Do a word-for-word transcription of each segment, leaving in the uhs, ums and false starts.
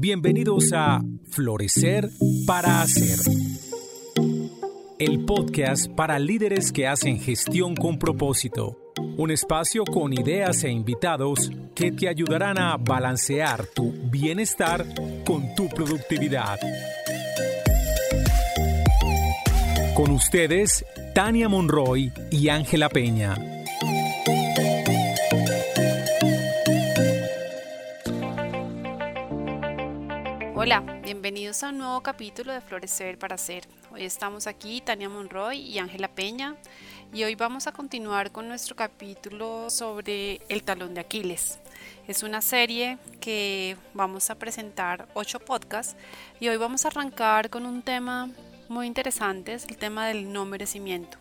Bienvenidos a Florecer para Hacer, el podcast para líderes que hacen gestión con propósito. Un espacio con ideas e invitados que te ayudarán a balancear tu bienestar con tu productividad. Con ustedes, Tania Monroy y Ángela Peña. Hola, bienvenidos a un nuevo capítulo de Florecer para Hacer. Hoy estamos aquí, Tania Monroy y Ángela Peña, y hoy vamos a continuar con nuestro capítulo sobre el talón de Aquiles. Es una serie que vamos a presentar ocho podcasts y hoy vamos a arrancar con un tema muy interesante, es el tema del no merecimiento.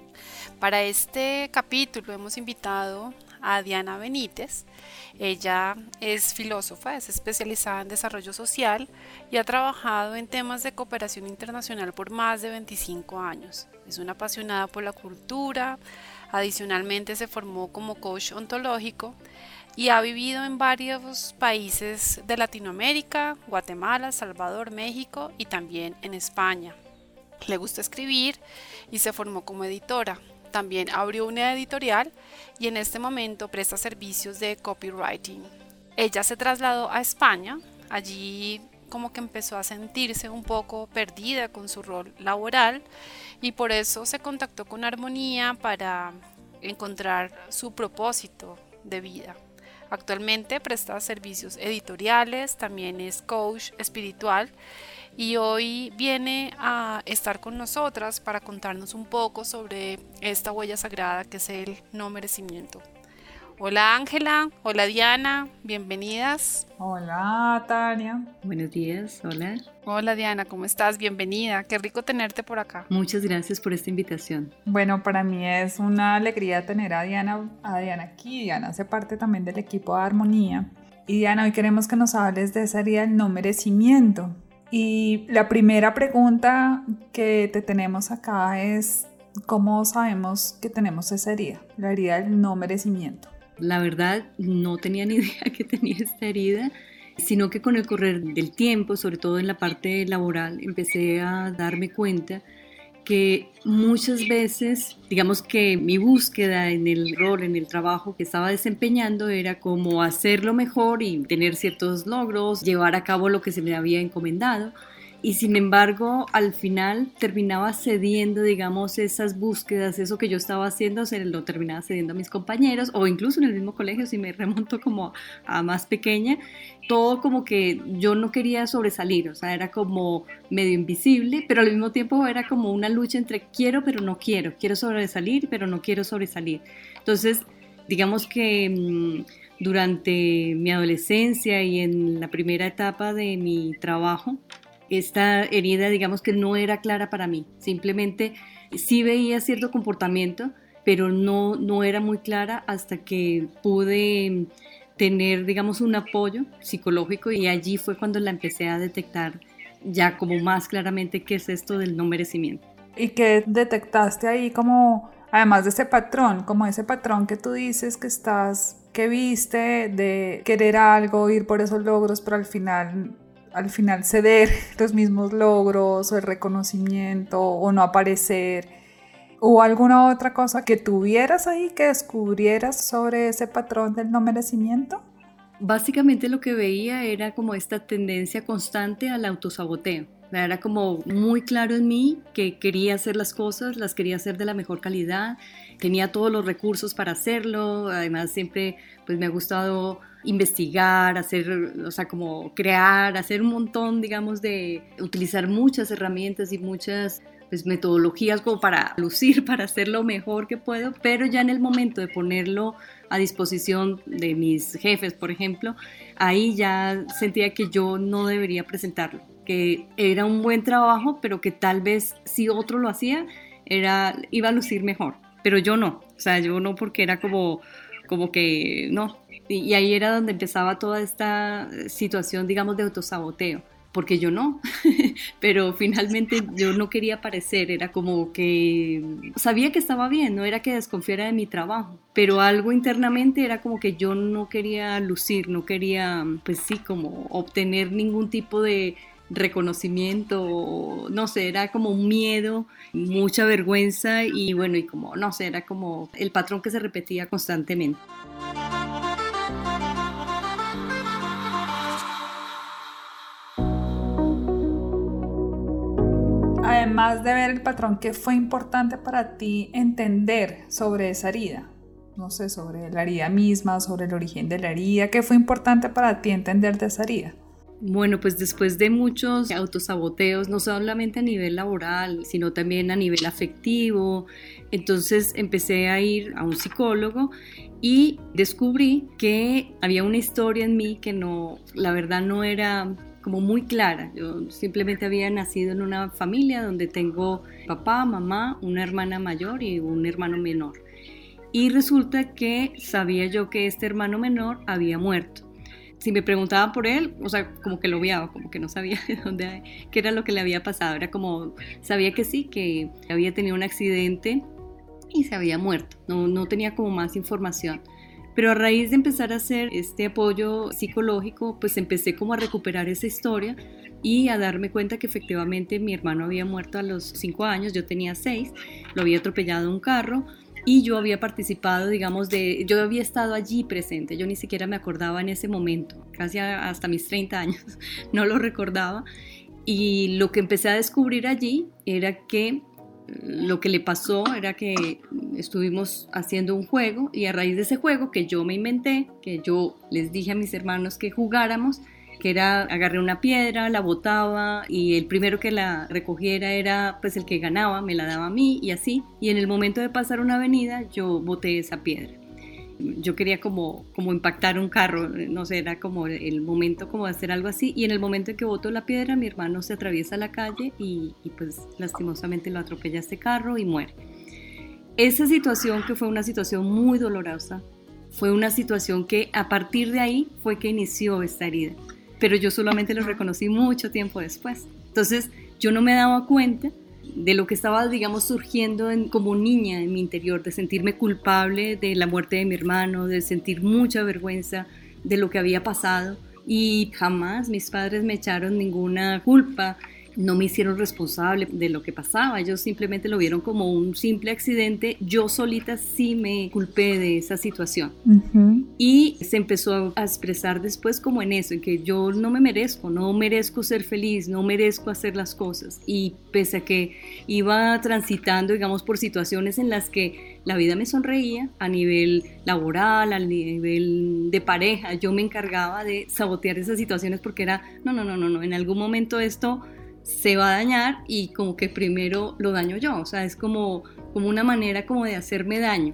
Para este capítulo hemos invitado a Diana Benítez. Ella es filósofa, es especializada en desarrollo social y ha trabajado en temas de cooperación internacional por más de veinticinco años. Es una apasionada por la cultura, adicionalmente se formó como coach ontológico y ha vivido en varios países de Latinoamérica, Guatemala, Salvador, México y también en España. Le gusta escribir y se formó como editora. También abrió una editorial y en este momento presta servicios de copywriting. Ella se trasladó a España, allí como que empezó a sentirse un poco perdida con su rol laboral y por eso se contactó con Armonía para encontrar su propósito de vida. Actualmente presta servicios editoriales, también es coach espiritual y hoy viene a estar con nosotras para contarnos un poco sobre esta huella sagrada que es el no merecimiento. Hola Ángela, hola Diana, bienvenidas. Hola Tania. Buenos días, hola. Hola Diana, ¿cómo estás? Bienvenida, qué rico tenerte por acá. Muchas gracias por esta invitación. Bueno, para mí es una alegría tener a Diana, a Diana aquí. Diana hace parte también del equipo de Armonía. Y Diana, hoy queremos que nos hables de esa herida del no merecimiento. Y la primera pregunta que te tenemos acá es, ¿cómo sabemos que tenemos esa herida? La herida del no merecimiento. La verdad, no tenía ni idea que tenía esta herida, sino que con el correr del tiempo, sobre todo en la parte laboral, empecé a darme cuenta que muchas veces, digamos que mi búsqueda en el rol, en el trabajo que estaba desempeñando era como hacerlo mejor y tener ciertos logros, llevar a cabo lo que se me había encomendado. Y sin embargo, al final terminaba cediendo, digamos, esas búsquedas, eso que yo estaba haciendo, se lo terminaba cediendo a mis compañeros o incluso en el mismo colegio, si me remonto como a más pequeña, todo como que yo no quería sobresalir, o sea, era como medio invisible, pero al mismo tiempo era como una lucha entre quiero pero no quiero, quiero sobresalir pero no quiero sobresalir. Entonces, digamos que mmm, durante mi adolescencia y en la primera etapa de mi trabajo, esta herida, digamos que no era clara para mí, simplemente sí veía cierto comportamiento, pero no, no era muy clara hasta que pude tener, digamos, un apoyo psicológico y allí fue cuando la empecé a detectar ya como más claramente qué es esto del no merecimiento. ¿Y qué detectaste ahí como, además de ese patrón, como ese patrón que tú dices que estás, que viste de querer algo, ir por esos logros, pero al final... al final ceder los mismos logros o el reconocimiento o no aparecer? ¿O alguna otra cosa que tuvieras ahí, que descubrieras sobre ese patrón del no merecimiento? Básicamente lo que veía era como esta tendencia constante al autosaboteo. Era como muy claro en mí que quería hacer las cosas, las quería hacer de la mejor calidad, tenía todos los recursos para hacerlo, además siempre pues me ha gustado investigar, hacer, o sea, como crear, hacer un montón, digamos, de utilizar muchas herramientas y muchas pues, metodologías como para lucir, para hacer lo mejor que puedo, pero ya en el momento de ponerlo a disposición de mis jefes, por ejemplo, ahí ya sentía que yo no debería presentarlo, que era un buen trabajo, pero que tal vez si otro lo hacía, era, iba a lucir mejor, pero yo no, o sea, yo no porque era como, como que no, y, y ahí era donde empezaba toda esta situación, digamos, de autosaboteo, porque yo no, pero finalmente yo no quería aparecer, era como que sabía que estaba bien, no era que desconfiara de mi trabajo, pero algo internamente era como que yo no quería lucir, no quería, pues sí, como obtener ningún tipo de reconocimiento, no sé, era como un miedo, mucha vergüenza y bueno, y como, no sé, era como el patrón que se repetía constantemente. Además de ver el patrón, ¿qué fue importante para ti entender sobre esa herida? No sé, sobre la herida misma, sobre el origen de la herida. ¿Qué fue importante para ti entender de esa herida? Bueno, pues después de muchos autosaboteos, no solamente a nivel laboral, sino también a nivel afectivo, entonces empecé a ir a un psicólogo y descubrí que había una historia en mí que no, la verdad no era como muy clara. Yo simplemente había nacido en una familia donde tengo papá, mamá, una hermana mayor y un hermano menor. Y resulta que sabía yo que este hermano menor había muerto. Si me preguntaban por él, o sea, como que lo obviaba, como que no sabía de dónde, qué era lo que le había pasado. Era como, sabía que sí, que había tenido un accidente y se había muerto. No, no tenía como más información. Pero a raíz de empezar a hacer este apoyo psicológico, pues empecé como a recuperar esa historia y a darme cuenta que efectivamente mi hermano había muerto a los cinco años, yo tenía seis, lo había atropellado un carro y yo había participado, digamos, de, yo había estado allí presente, yo ni siquiera me acordaba en ese momento, casi hasta mis treinta años, no lo recordaba. Y lo que empecé a descubrir allí era que lo que le pasó era que estuvimos haciendo un juego y a raíz de ese juego que yo me inventé, que yo les dije a mis hermanos que jugáramos, que era agarré una piedra, la botaba y el primero que la recogiera era pues el que ganaba, me la daba a mí y así. Y en el momento de pasar una avenida yo boté esa piedra. Yo quería como, como impactar un carro, no sé, era como el momento como de hacer algo así y en el momento en que boto la piedra mi hermano se atraviesa la calle y, y pues lastimosamente lo atropella este carro y muere. Esa situación que fue una situación muy dolorosa, fue una situación que a partir de ahí fue que inició esta herida, pero yo solamente lo reconocí mucho tiempo después. Entonces yo no me daba cuenta de lo que estaba, digamos, surgiendo en, como niña en mi interior, de sentirme culpable de la muerte de mi hermano, de sentir mucha vergüenza de lo que había pasado y jamás mis padres me echaron ninguna culpa, no me hicieron responsable de lo que pasaba, ellos simplemente lo vieron como un simple accidente, yo solita sí me culpé de esa situación. Uh-huh. Y se empezó a expresar después como en eso, en que yo no me merezco, no merezco ser feliz, no merezco hacer las cosas y pese a que iba transitando, digamos, por situaciones en las que la vida me sonreía a nivel laboral, a nivel de pareja, yo me encargaba de sabotear esas situaciones porque era, no, no, no, no, no, en algún momento esto se va a dañar y como que primero lo daño yo, o sea, es como, como una manera como de hacerme daño.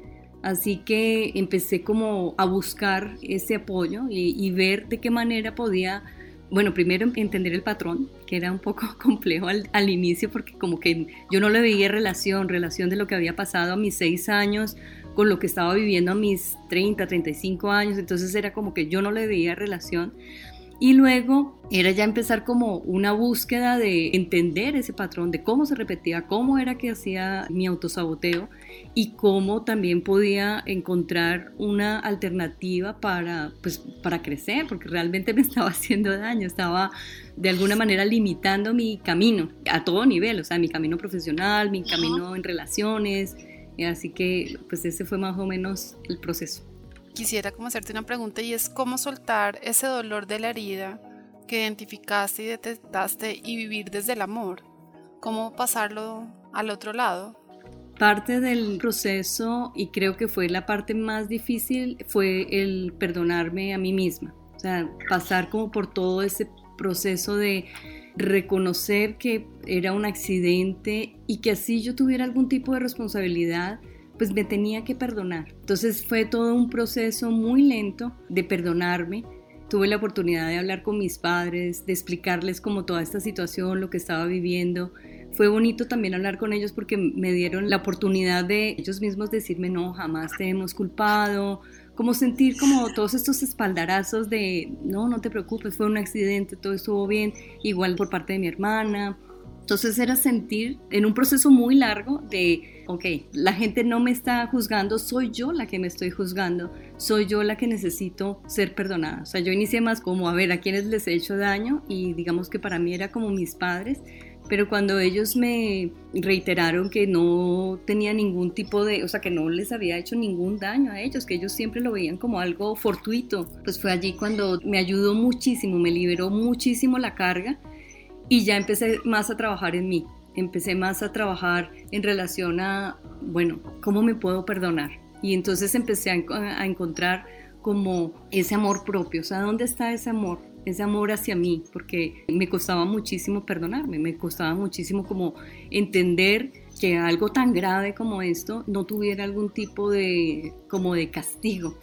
Así que empecé como a buscar ese apoyo y, y ver de qué manera podía, bueno, primero entender el patrón, que era un poco complejo al, al inicio porque como que yo no le veía relación, relación de lo que había pasado a mis seis años con lo que estaba viviendo a mis treinta, treinta y cinco años, entonces era como que yo no le veía relación. Y luego era ya empezar como una búsqueda de entender ese patrón, de cómo se repetía, cómo era que hacía mi autosaboteo y cómo también podía encontrar una alternativa para, pues, para crecer, porque realmente me estaba haciendo daño, estaba de alguna manera limitando mi camino a todo nivel, o sea, mi camino profesional, mi camino en relaciones, así que pues ese fue más o menos el proceso. Quisiera como hacerte una pregunta y es cómo soltar ese dolor de la herida que identificaste y detectaste y vivir desde el amor, cómo pasarlo al otro lado. Parte del proceso, y creo que fue la parte más difícil, fue el perdonarme a mí misma, o sea, pasar como por todo ese proceso de reconocer que era un accidente y que así yo tuviera algún tipo de responsabilidad, pues me tenía que perdonar. Entonces fue todo un proceso muy lento de perdonarme. Tuve la oportunidad de hablar con mis padres, de explicarles como toda esta situación, lo que estaba viviendo. Fue bonito también hablar con ellos porque me dieron la oportunidad de ellos mismos decirme no, jamás te hemos culpado, como sentir como todos estos espaldarazos de no, no te preocupes, fue un accidente, todo estuvo bien, igual por parte de mi hermana. Entonces era sentir en un proceso muy largo de, ok, la gente no me está juzgando, soy yo la que me estoy juzgando, soy yo la que necesito ser perdonada. O sea, yo inicié más como a ver a quienes les he hecho daño y digamos que para mí era como mis padres, pero cuando ellos me reiteraron que no tenía ningún tipo de, o sea, que no les había hecho ningún daño a ellos, que ellos siempre lo veían como algo fortuito, pues fue allí cuando me ayudó muchísimo, me liberó muchísimo la carga. Y ya empecé más a trabajar en mí, empecé más a trabajar en relación a, bueno, ¿cómo me puedo perdonar? Y entonces empecé a, a encontrar como ese amor propio, o sea, ¿dónde está ese amor? Ese amor hacia mí, porque me costaba muchísimo perdonarme, me costaba muchísimo como entender que algo tan grave como esto no tuviera algún tipo de, como de castigo.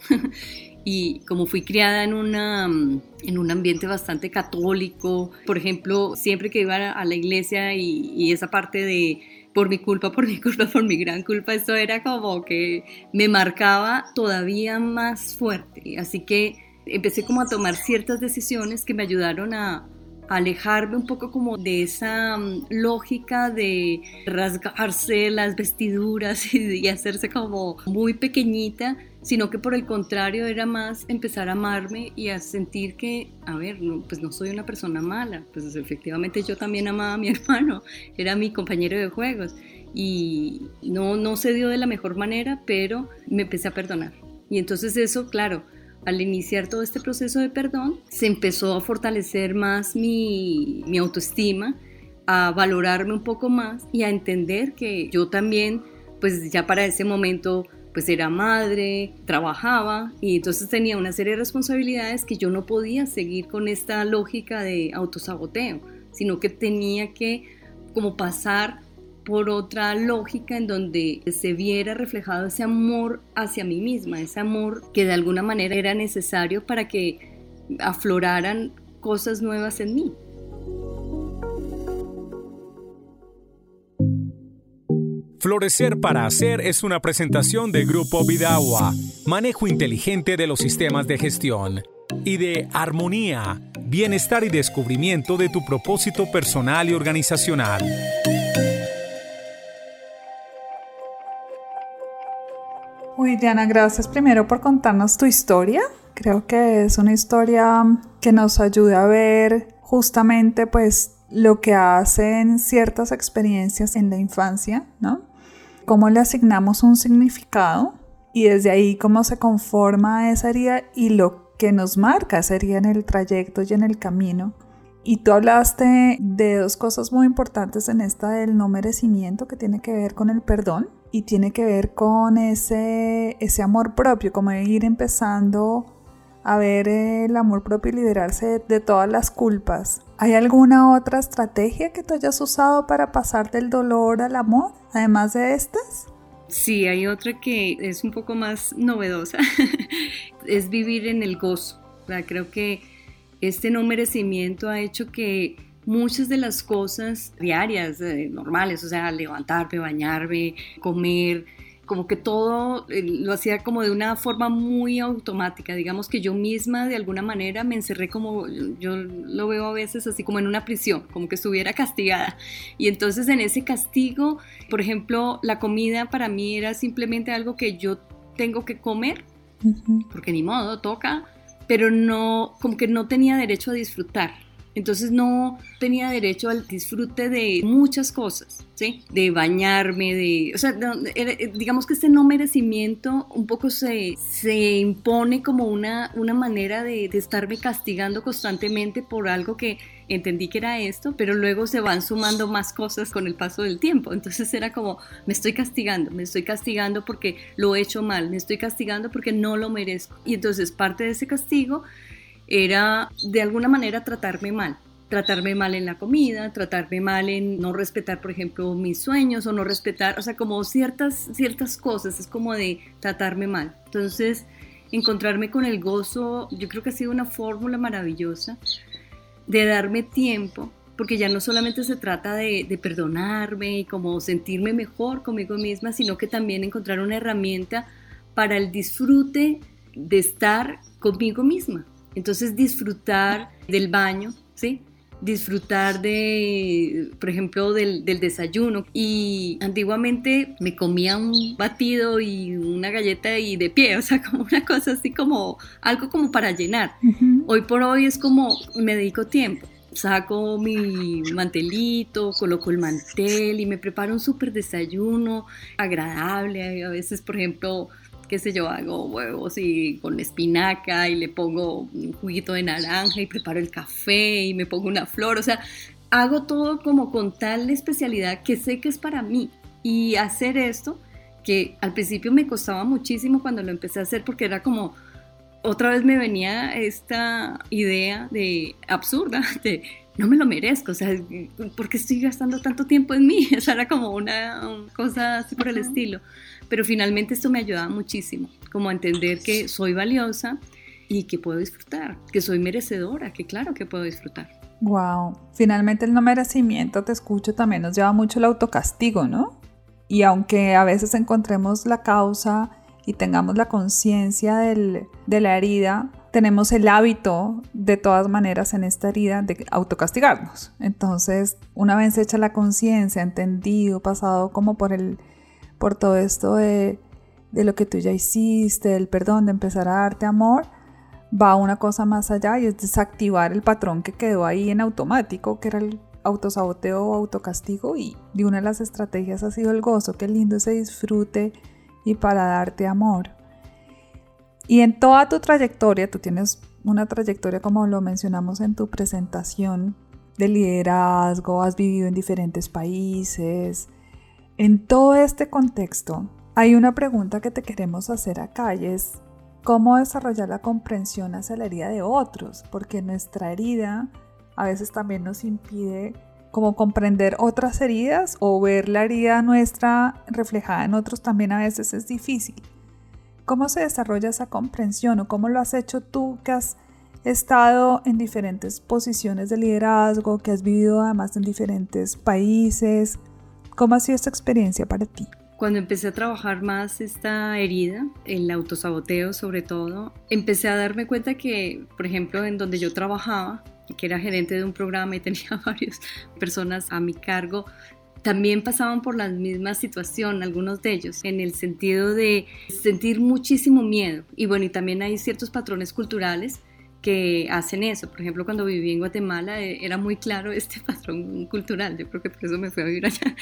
Y como fui criada en, una, en un ambiente bastante católico, por ejemplo, siempre que iba a la iglesia y, y esa parte de por mi culpa, por mi culpa, por mi gran culpa, esto era como que me marcaba todavía más fuerte. Así que empecé como a tomar ciertas decisiones que me ayudaron a, a alejarme un poco como de esa um, lógica de rasgarse las vestiduras y, y hacerse como muy pequeñita, sino que por el contrario era más empezar a amarme y a sentir que, a ver, no, pues no soy una persona mala, pues efectivamente yo también amaba a mi hermano, era mi compañero de juegos y no, no se dio de la mejor manera, pero me empecé a perdonar. Y entonces eso, claro, al iniciar todo este proceso de perdón, se empezó a fortalecer más mi, mi autoestima, a valorarme un poco más y a entender que yo también, pues ya para ese momento, pues era madre, trabajaba y entonces tenía una serie de responsabilidades que yo no podía seguir con esta lógica de autosaboteo, sino que tenía que como pasar por otra lógica en donde se viera reflejado ese amor hacia mí misma, ese amor que de alguna manera era necesario para que afloraran cosas nuevas en mí. Florecer para Hacer es una presentación de Grupo Vidagua, manejo inteligente de los sistemas de gestión, y de Armonía, bienestar y descubrimiento de tu propósito personal y organizacional. Uy, Diana, gracias primero por contarnos tu historia. Creo que es una historia que nos ayuda a ver justamente pues lo que hacen ciertas experiencias en la infancia, ¿no? Cómo le asignamos un significado y desde ahí cómo se conforma esa herida y lo que nos marca esa herida en el trayecto y en el camino. Y tú hablaste de dos cosas muy importantes en esta del no merecimiento, que tiene que ver con el perdón y tiene que ver con ese, ese amor propio, como de ir empezando a ver el amor propio y liberarse de, de todas las culpas. ¿Hay alguna otra estrategia que tú hayas usado para pasar del dolor al amor, además de estas? Sí, hay otra que es un poco más novedosa, es vivir en el gozo. O sea, creo que este no merecimiento ha hecho que muchas de las cosas diarias, eh, normales, o sea, levantarme, bañarme, comer, como que todo eh, lo hacía como de una forma muy automática. Digamos que yo misma de alguna manera me encerré como, yo, yo lo veo a veces así como en una prisión, como que estuviera castigada. Y entonces en ese castigo, por ejemplo, la comida para mí era simplemente algo que yo tengo que comer, uh-huh. porque ni modo, toca, pero no, como que no tenía derecho a disfrutar. Entonces no tenía derecho al disfrute de muchas cosas, ¿sí? De bañarme, de... O sea, digamos que este no merecimiento un poco se, se impone como una, una manera de, de estarme castigando constantemente por algo que entendí que era esto, pero luego se van sumando más cosas con el paso del tiempo. Entonces era como, me estoy castigando, me estoy castigando porque lo he hecho mal, me estoy castigando porque no lo merezco. Y entonces parte de ese castigo era de alguna manera tratarme mal, tratarme mal en la comida, tratarme mal en no respetar, por ejemplo, mis sueños o no respetar, o sea, como ciertas, ciertas cosas, es como de tratarme mal. Entonces, encontrarme con el gozo, yo creo que ha sido una fórmula maravillosa de darme tiempo, porque ya no solamente se trata de, de perdonarme y como sentirme mejor conmigo misma, sino que también encontrar una herramienta para el disfrute de estar conmigo misma. Entonces disfrutar del baño, ¿sí? Disfrutar de, por ejemplo, del, del desayuno. Y antiguamente me comía un batido y una galleta y de pie, o sea, como una cosa así como, algo como para llenar. Uh-huh. Hoy por hoy es como, me dedico tiempo. Saco mi mantelito, coloco el mantel y me preparo un súper desayuno agradable. A veces, por ejemplo, qué sé yo, hago huevos y con espinaca y le pongo un juguito de naranja y preparo el café y me pongo una flor. O sea, hago todo como con tal especialidad que sé que es para mí. Y hacer esto, que al principio me costaba muchísimo cuando lo empecé a hacer porque era como... Otra vez me venía esta idea de absurda, de no me lo merezco, o sea, ¿por qué estoy gastando tanto tiempo en mí? O sea, era como una, una cosa así por el estilo. Pero finalmente esto me ayudaba muchísimo, como a entender que soy valiosa y que puedo disfrutar, que soy merecedora, que claro que puedo disfrutar. Wow, finalmente el no merecimiento, te escucho, también nos lleva mucho el autocastigo, ¿no? Y aunque a veces encontremos la causa y tengamos la conciencia de la herida, tenemos el hábito de todas maneras en esta herida de autocastigarnos. Entonces, una vez hecha la conciencia, entendido, pasado como por, el, por todo esto de, de lo que tú ya hiciste, el perdón, de empezar a darte amor, va una cosa más allá y es desactivar el patrón que quedó ahí en automático, que era el autosaboteo o autocastigo, y de una de las estrategias ha sido el gozo. Qué lindo ese disfrute y para darte amor. Y en toda tu trayectoria, tú tienes una trayectoria, como lo mencionamos en tu presentación, de liderazgo, has vivido en diferentes países. En todo este contexto, hay una pregunta que te queremos hacer acá y es ¿cómo desarrollar la comprensión hacia la herida de otros? Porque nuestra herida a veces también nos impide como comprender otras heridas o ver la herida nuestra reflejada en otros, también a veces es difícil. ¿Cómo se desarrolla esa comprensión o cómo lo has hecho tú, que has estado en diferentes posiciones de liderazgo, que has vivido además en diferentes países? ¿Cómo ha sido esta experiencia para ti? Cuando empecé a trabajar más esta herida, el autosaboteo sobre todo, empecé a darme cuenta que, por ejemplo, en donde yo trabajaba, que era gerente de un programa y tenía varias personas a mi cargo, también pasaban por la misma situación, algunos de ellos, en el sentido de sentir muchísimo miedo. Y bueno, y también hay ciertos patrones culturales que hacen eso. Por ejemplo, cuando viví en Guatemala eh, era muy claro este patrón cultural, yo creo que por eso me fui a vivir allá.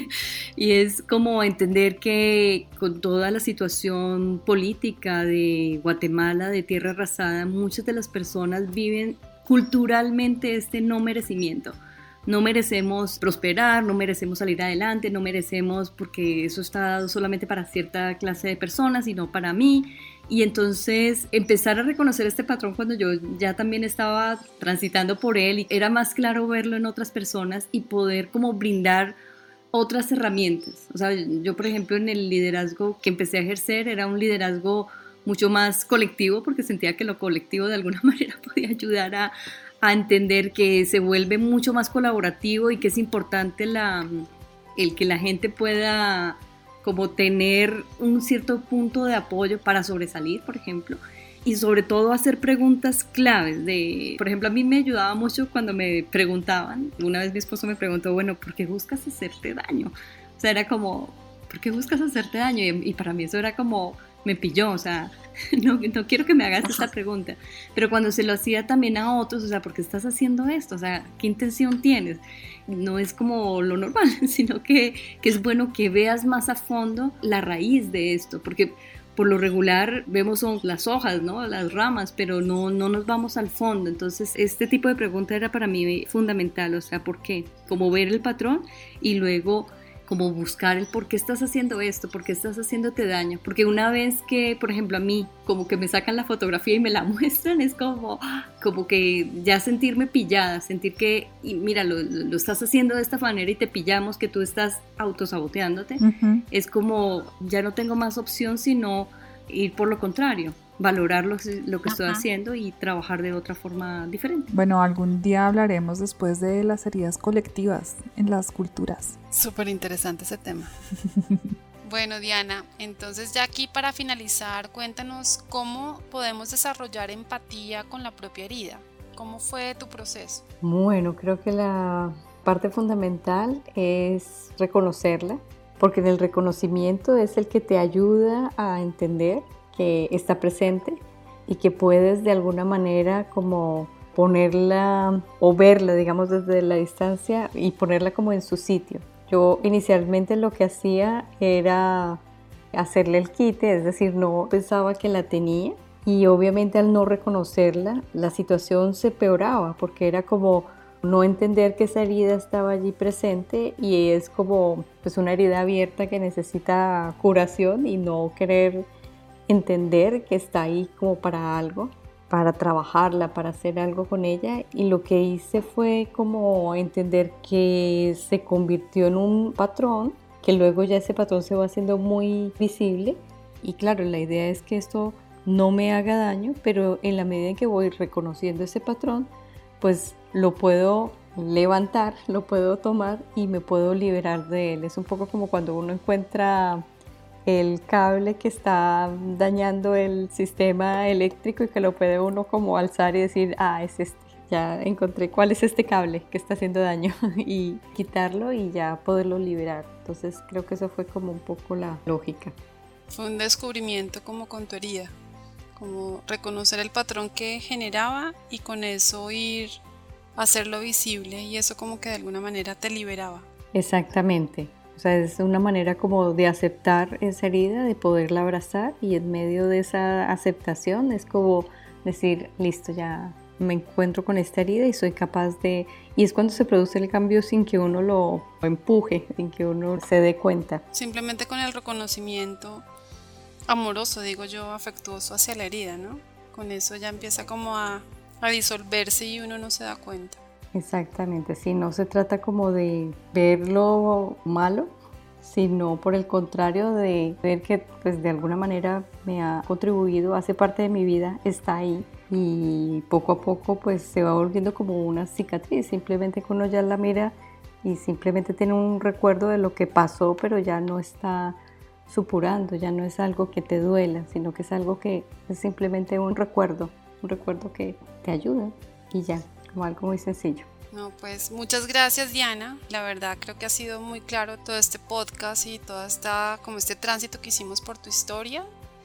Y es como entender que con toda la situación política de Guatemala, de tierra arrasada, muchas de las personas viven culturalmente este no merecimiento. No merecemos prosperar, no merecemos salir adelante, no merecemos porque eso está dado solamente para cierta clase de personas y no para mí. Y entonces empezar a reconocer este patrón cuando yo ya también estaba transitando por él y era más claro verlo en otras personas y poder como brindar otras herramientas. O sea, yo por ejemplo en el liderazgo que empecé a ejercer era un liderazgo mucho más colectivo porque sentía que lo colectivo de alguna manera podía ayudar a, a entender que se vuelve mucho más colaborativo y que es importante la, el que la gente pueda como tener un cierto punto de apoyo para sobresalir, por ejemplo, y sobre todo hacer preguntas claves. De, por ejemplo, a mí me ayudaba mucho cuando me preguntaban, una vez mi esposo me preguntó, bueno, ¿por qué buscas hacerte daño? O sea, era como, ¿por qué buscas hacerte daño? Y, y para mí eso era como, me pilló, o sea, no, no quiero que me hagas esta pregunta. Pero cuando se lo hacía también a otros, o sea, ¿por qué estás haciendo esto? O sea, ¿qué intención tienes? No es como lo normal, sino que, que es bueno que veas más a fondo la raíz de esto, porque por lo regular vemos son las hojas, ¿no? Las ramas, pero no, no nos vamos al fondo. Entonces, este tipo de pregunta era para mí fundamental, o sea, ¿por qué? Como ver el patrón y luego como buscar el por qué estás haciendo esto, por qué estás haciéndote daño. Porque una vez que, por ejemplo, a mí, como que me sacan la fotografía y me la muestran, es como, como que ya sentirme pillada, sentir que, y mira, lo, lo estás haciendo de esta manera y te pillamos, que tú estás autosaboteándote. Uh-huh. Es como, ya no tengo más opción sino ir por lo contrario, valorar lo, lo que estoy Ajá. haciendo y trabajar de otra forma diferente. Bueno, algún día hablaremos después de las heridas colectivas en las culturas. Súper interesante ese tema. Bueno, Diana, entonces ya aquí para finalizar, cuéntanos cómo podemos desarrollar empatía con la propia herida. ¿Cómo fue tu proceso? Bueno, creo que la parte fundamental es reconocerla, porque en el reconocimiento es el que te ayuda a entender que está presente y que puedes de alguna manera como ponerla o verla, digamos, desde la distancia y ponerla como en su sitio. Yo inicialmente lo que hacía era hacerle el quite, es decir, no pensaba que la tenía y obviamente al no reconocerla, la situación se peoraba porque era como no entender que esa herida estaba allí presente y es como pues, una herida abierta que necesita curación y no querer entender que está ahí como para algo, para trabajarla, para hacer algo con ella. Y lo que hice fue como entender que se convirtió en un patrón, que luego ya ese patrón se va haciendo muy visible. Y claro, la idea es que esto no me haga daño, pero en la medida en que voy reconociendo ese patrón, pues lo puedo levantar, lo puedo tomar y me puedo liberar de él. Es un poco como cuando uno encuentra el cable que está dañando el sistema eléctrico y que lo puede uno como alzar y decir, ah, es este, ya encontré cuál es este cable que está haciendo daño y quitarlo y ya poderlo liberar. Entonces creo que eso fue como un poco la lógica. Fue un descubrimiento como con tu herida, como reconocer el patrón que generaba y con eso ir a hacerlo visible y eso como que de alguna manera te liberaba. Exactamente. O sea, es una manera como de aceptar esa herida, de poderla abrazar y en medio de esa aceptación es como decir, listo, ya me encuentro con esta herida y soy capaz de... Y es cuando se produce el cambio sin que uno lo empuje, sin que uno se dé cuenta. Simplemente con el reconocimiento amoroso, digo yo, afectuoso hacia la herida, ¿no? Con eso ya empieza como a, a disolverse y uno no se da cuenta. Exactamente, sí, no se trata como de ver lo malo, sino por el contrario de ver que pues de alguna manera me ha contribuido, hace parte de mi vida, está ahí y poco a poco pues se va volviendo como una cicatriz, simplemente que uno ya la mira y simplemente tiene un recuerdo de lo que pasó, pero ya no está supurando, ya no es algo que te duela, sino que es algo que es simplemente un recuerdo, un recuerdo que te ayuda y ya. Como algo muy sencillo. No, pues muchas gracias, Diana. La verdad creo que ha sido muy claro todo este podcast y todo esta, como este tránsito que hicimos por tu historia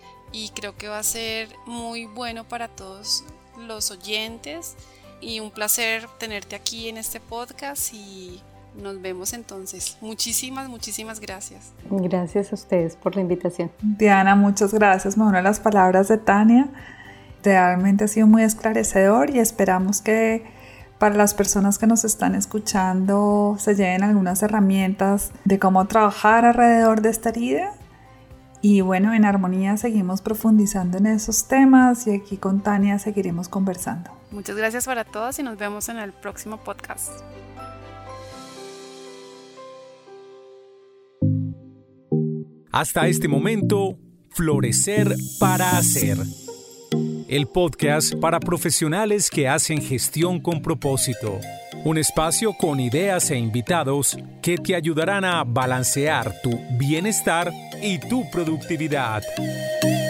y creo que va a ser muy bueno para todos los oyentes y un placer tenerte aquí en este podcast y nos vemos entonces. Muchísimas, muchísimas gracias. Gracias a ustedes por la invitación. Diana, muchas gracias. Me unen las palabras de Tania. Realmente ha sido muy esclarecedor y esperamos que para las personas que nos están escuchando se lleven algunas herramientas de cómo trabajar alrededor de esta herida. Y bueno, en Armonía seguimos profundizando en esos temas y aquí con Tania seguiremos conversando. Muchas gracias para todos y nos vemos en el próximo podcast. Hasta este momento, Florecer para Hacer. El podcast para profesionales que hacen gestión con propósito. Un espacio con ideas e invitados que te ayudarán a balancear tu bienestar y tu productividad.